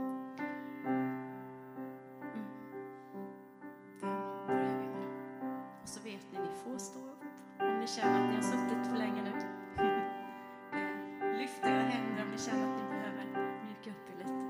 Den börjar vi med. Och så vet ni får stå upp. Om ni känner att ni har suttit för länge nu. Lyft era händer om ni känner att ni behöver mjuka upp er lite.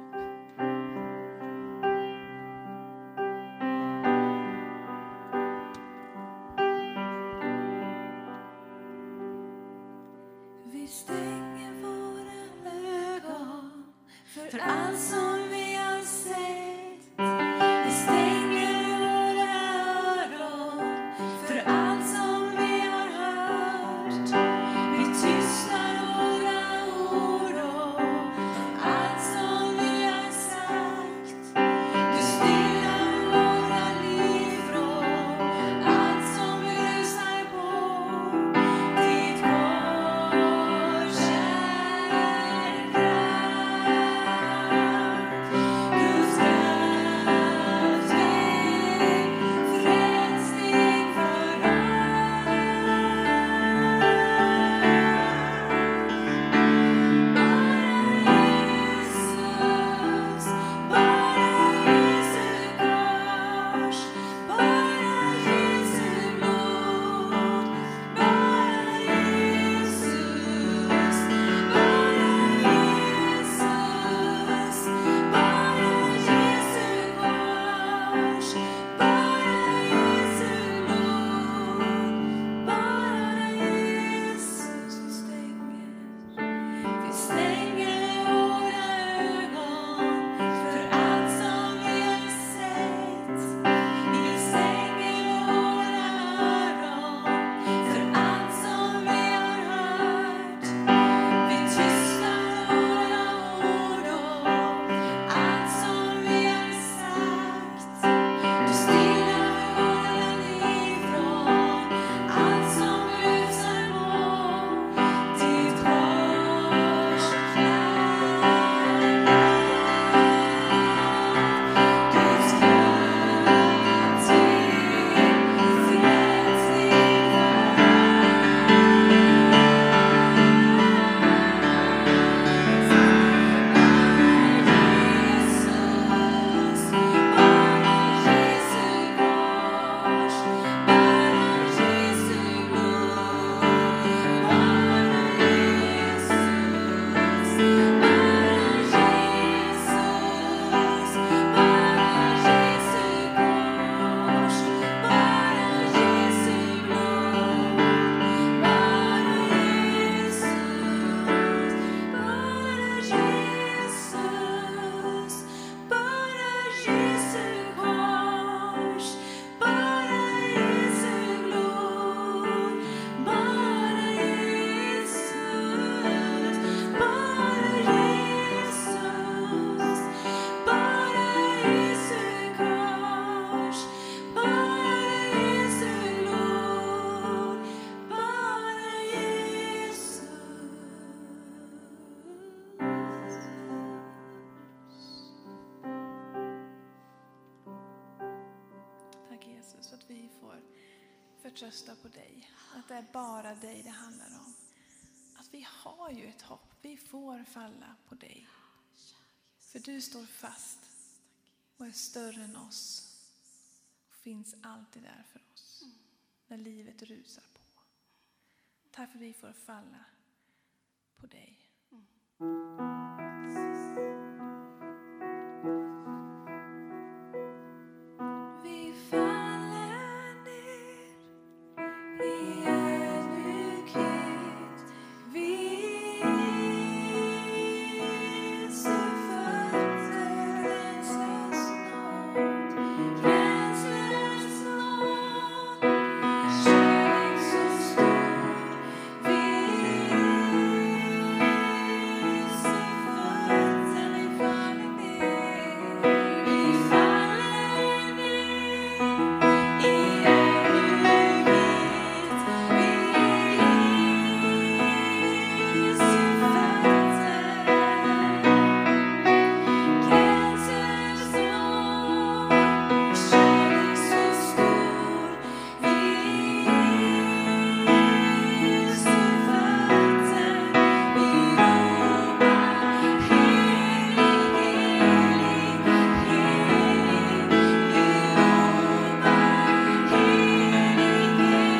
Vi stänger våra ögon för allt som vi har sett. Vi stänger våra öron för allt som vi har hört. Vi tystnar våra ord och allt som vi har sagt. Du stillar våra liv från allt som vi rusar på. Ditt kors är kraft. vi får förtrösta på dig. Att det är bara dig det handlar om. Att vi har ju ett hopp. Vi får falla på dig. För du står fast och är större än oss. Och finns alltid där för oss. När livet rusar på. Tack för vi får falla på dig. Vi faller ner i ödmjukhet. Vid Jesu fötter gränslös nåd, kärlek så stor. Vid Jesu fötter vi faller ner. Vi faller ner i ödmjukhet. Vid Jesu fötter gränslös nåd, kärlek så stor. Vid Jesu fötter vi ropar helig, helig, helig. Vi ropar helig,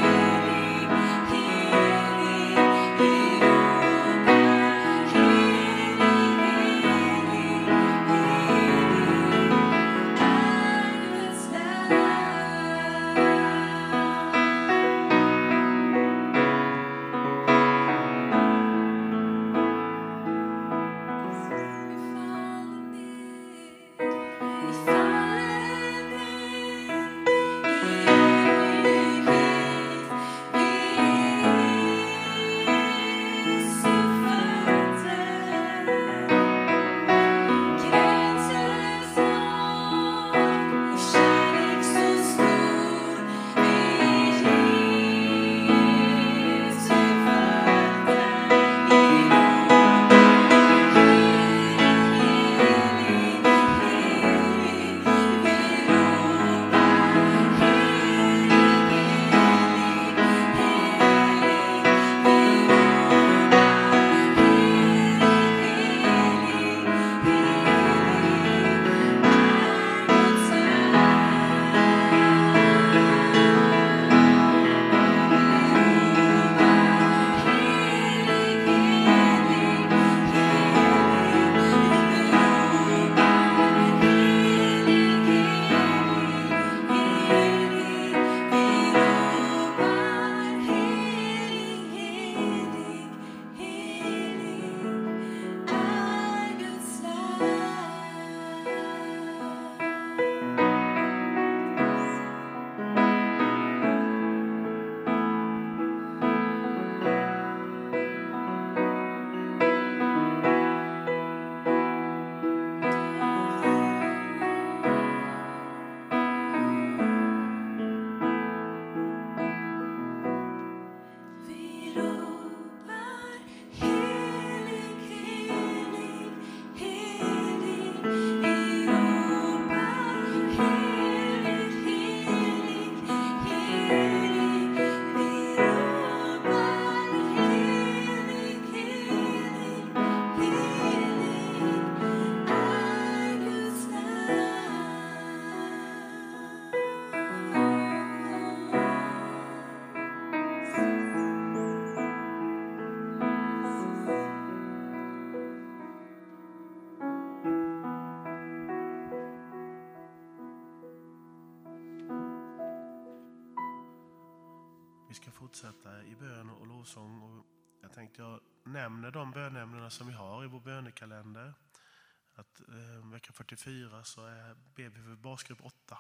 Vi ska fortsätta i bön och lovsång. Och jag tänkte jag nämner de bönämnena som vi har i vår bönekalender. Att vecka 44 så ber vi för basgrupp 8.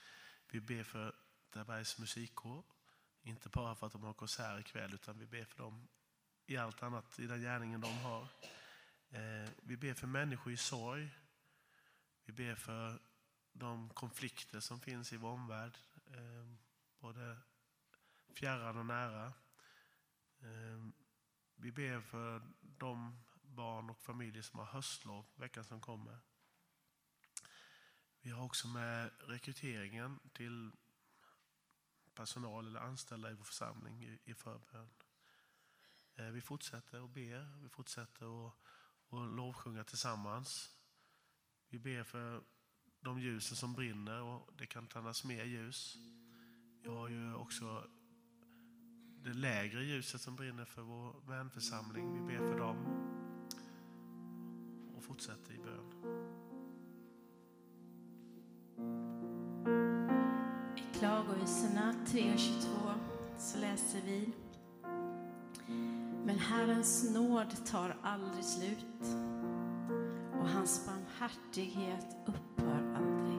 Vi ber för Tabergs musikkår. Inte bara för att de har konsert ikväll, utan vi ber för dem i allt annat, i den gärningen de har. Vi ber för människor i sorg. Vi ber för de konflikter som finns i vår omvärld. Både fjärran och nära. Vi ber för de barn och familjer som har höstlov veckan som kommer. Vi har också med rekryteringen till personal eller anställda i vår församling i förbön. Vi fortsätter och ber, vi fortsätter att lovsjunga tillsammans. Vi ber för de ljusen som brinner och det kan tändas mer ljus. Vi har ju också det lägre ljuset som brinner för vår vänförsamling. Vi ber för dem och fortsätter i bön. I Klagovisorna 3:22 så läser vi: Men Herrens nåd tar aldrig slut och hans barmhärtighet upphör aldrig.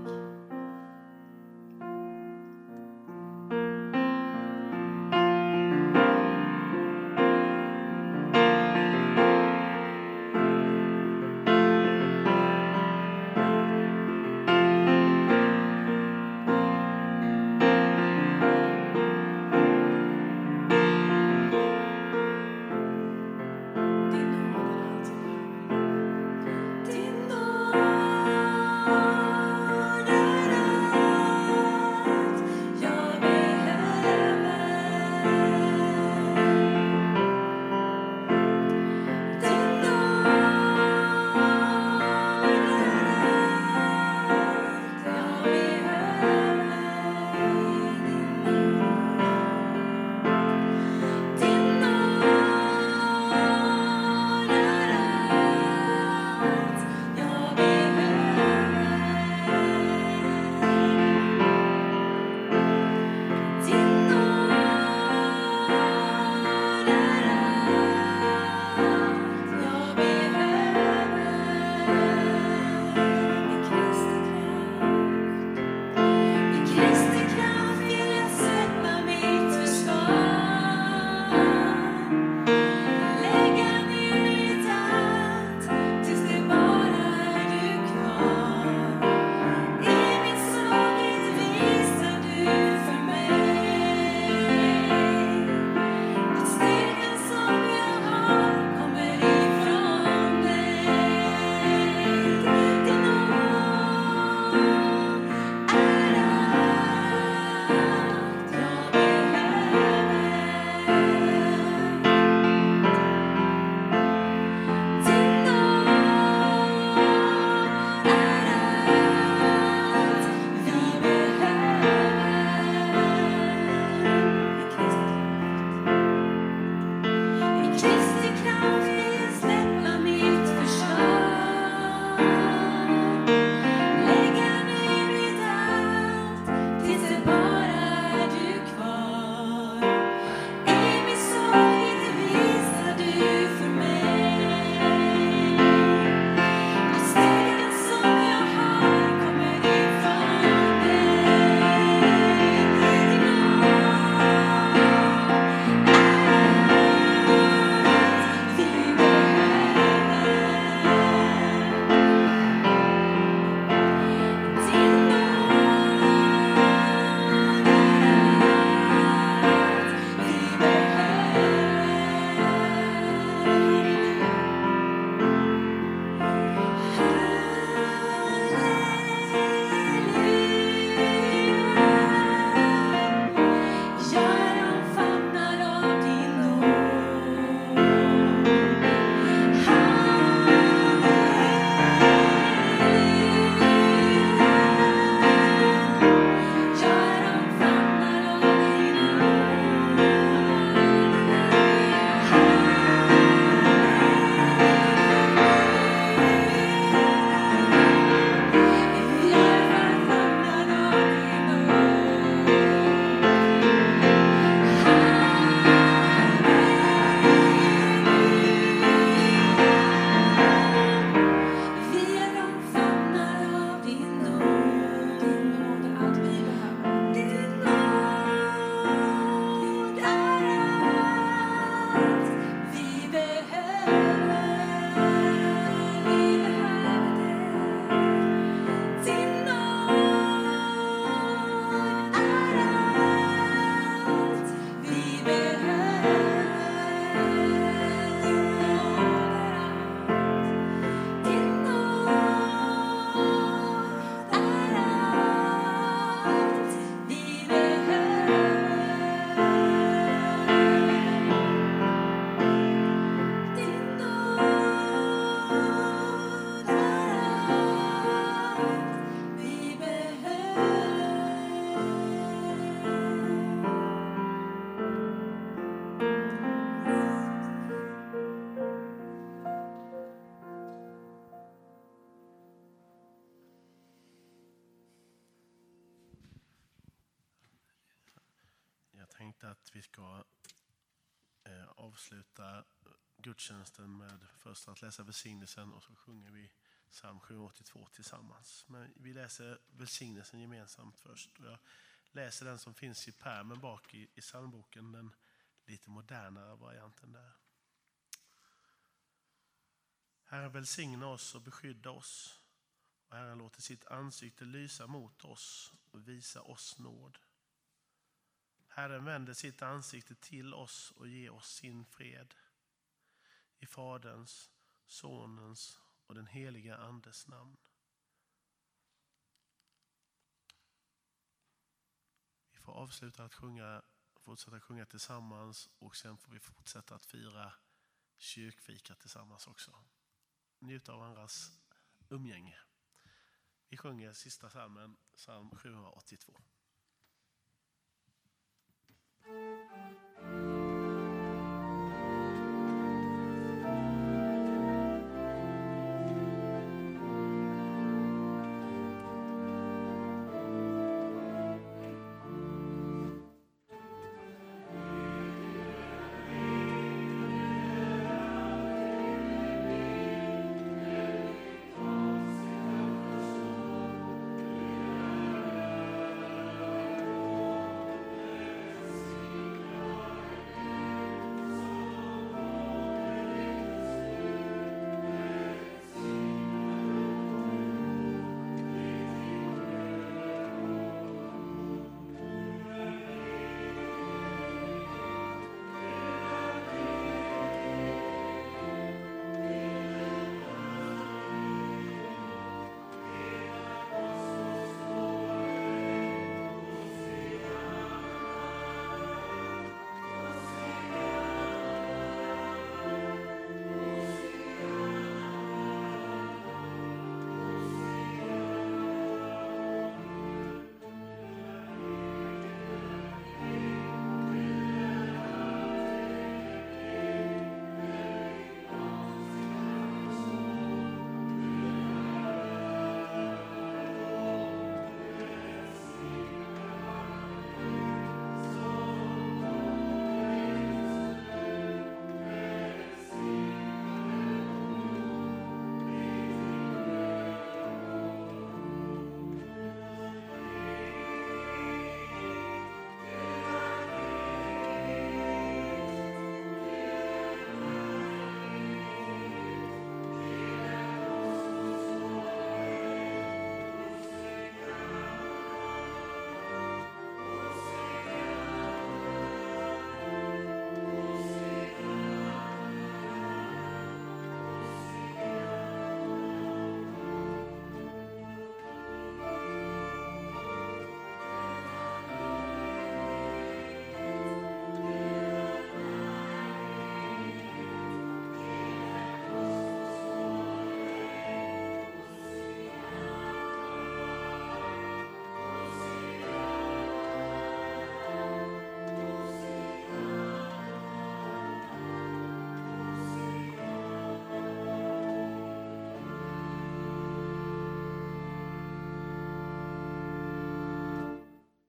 Din nåd tänkte att vi ska avsluta gudstjänsten med först att läsa välsignelsen och så sjunger vi psalm 782 tillsammans. Men vi läser välsignelsen gemensamt först. Och jag läser den som finns i pärmen bak i psalmboken, den lite modernare varianten där. Herren välsigna oss och beskydda oss. Och Herren låter sitt ansikte lysa mot oss och visa oss nåd. Herren vänder sitt ansikte till oss och ger oss sin fred. I Faderns, Sonens och den heliga Andes namn. Vi får avsluta att fortsätta sjunga tillsammans och sen får vi fortsätta att fira kyrkfika tillsammans också. Njuta av andras umgänge. Vi sjunger sista psalmen, psalm 782.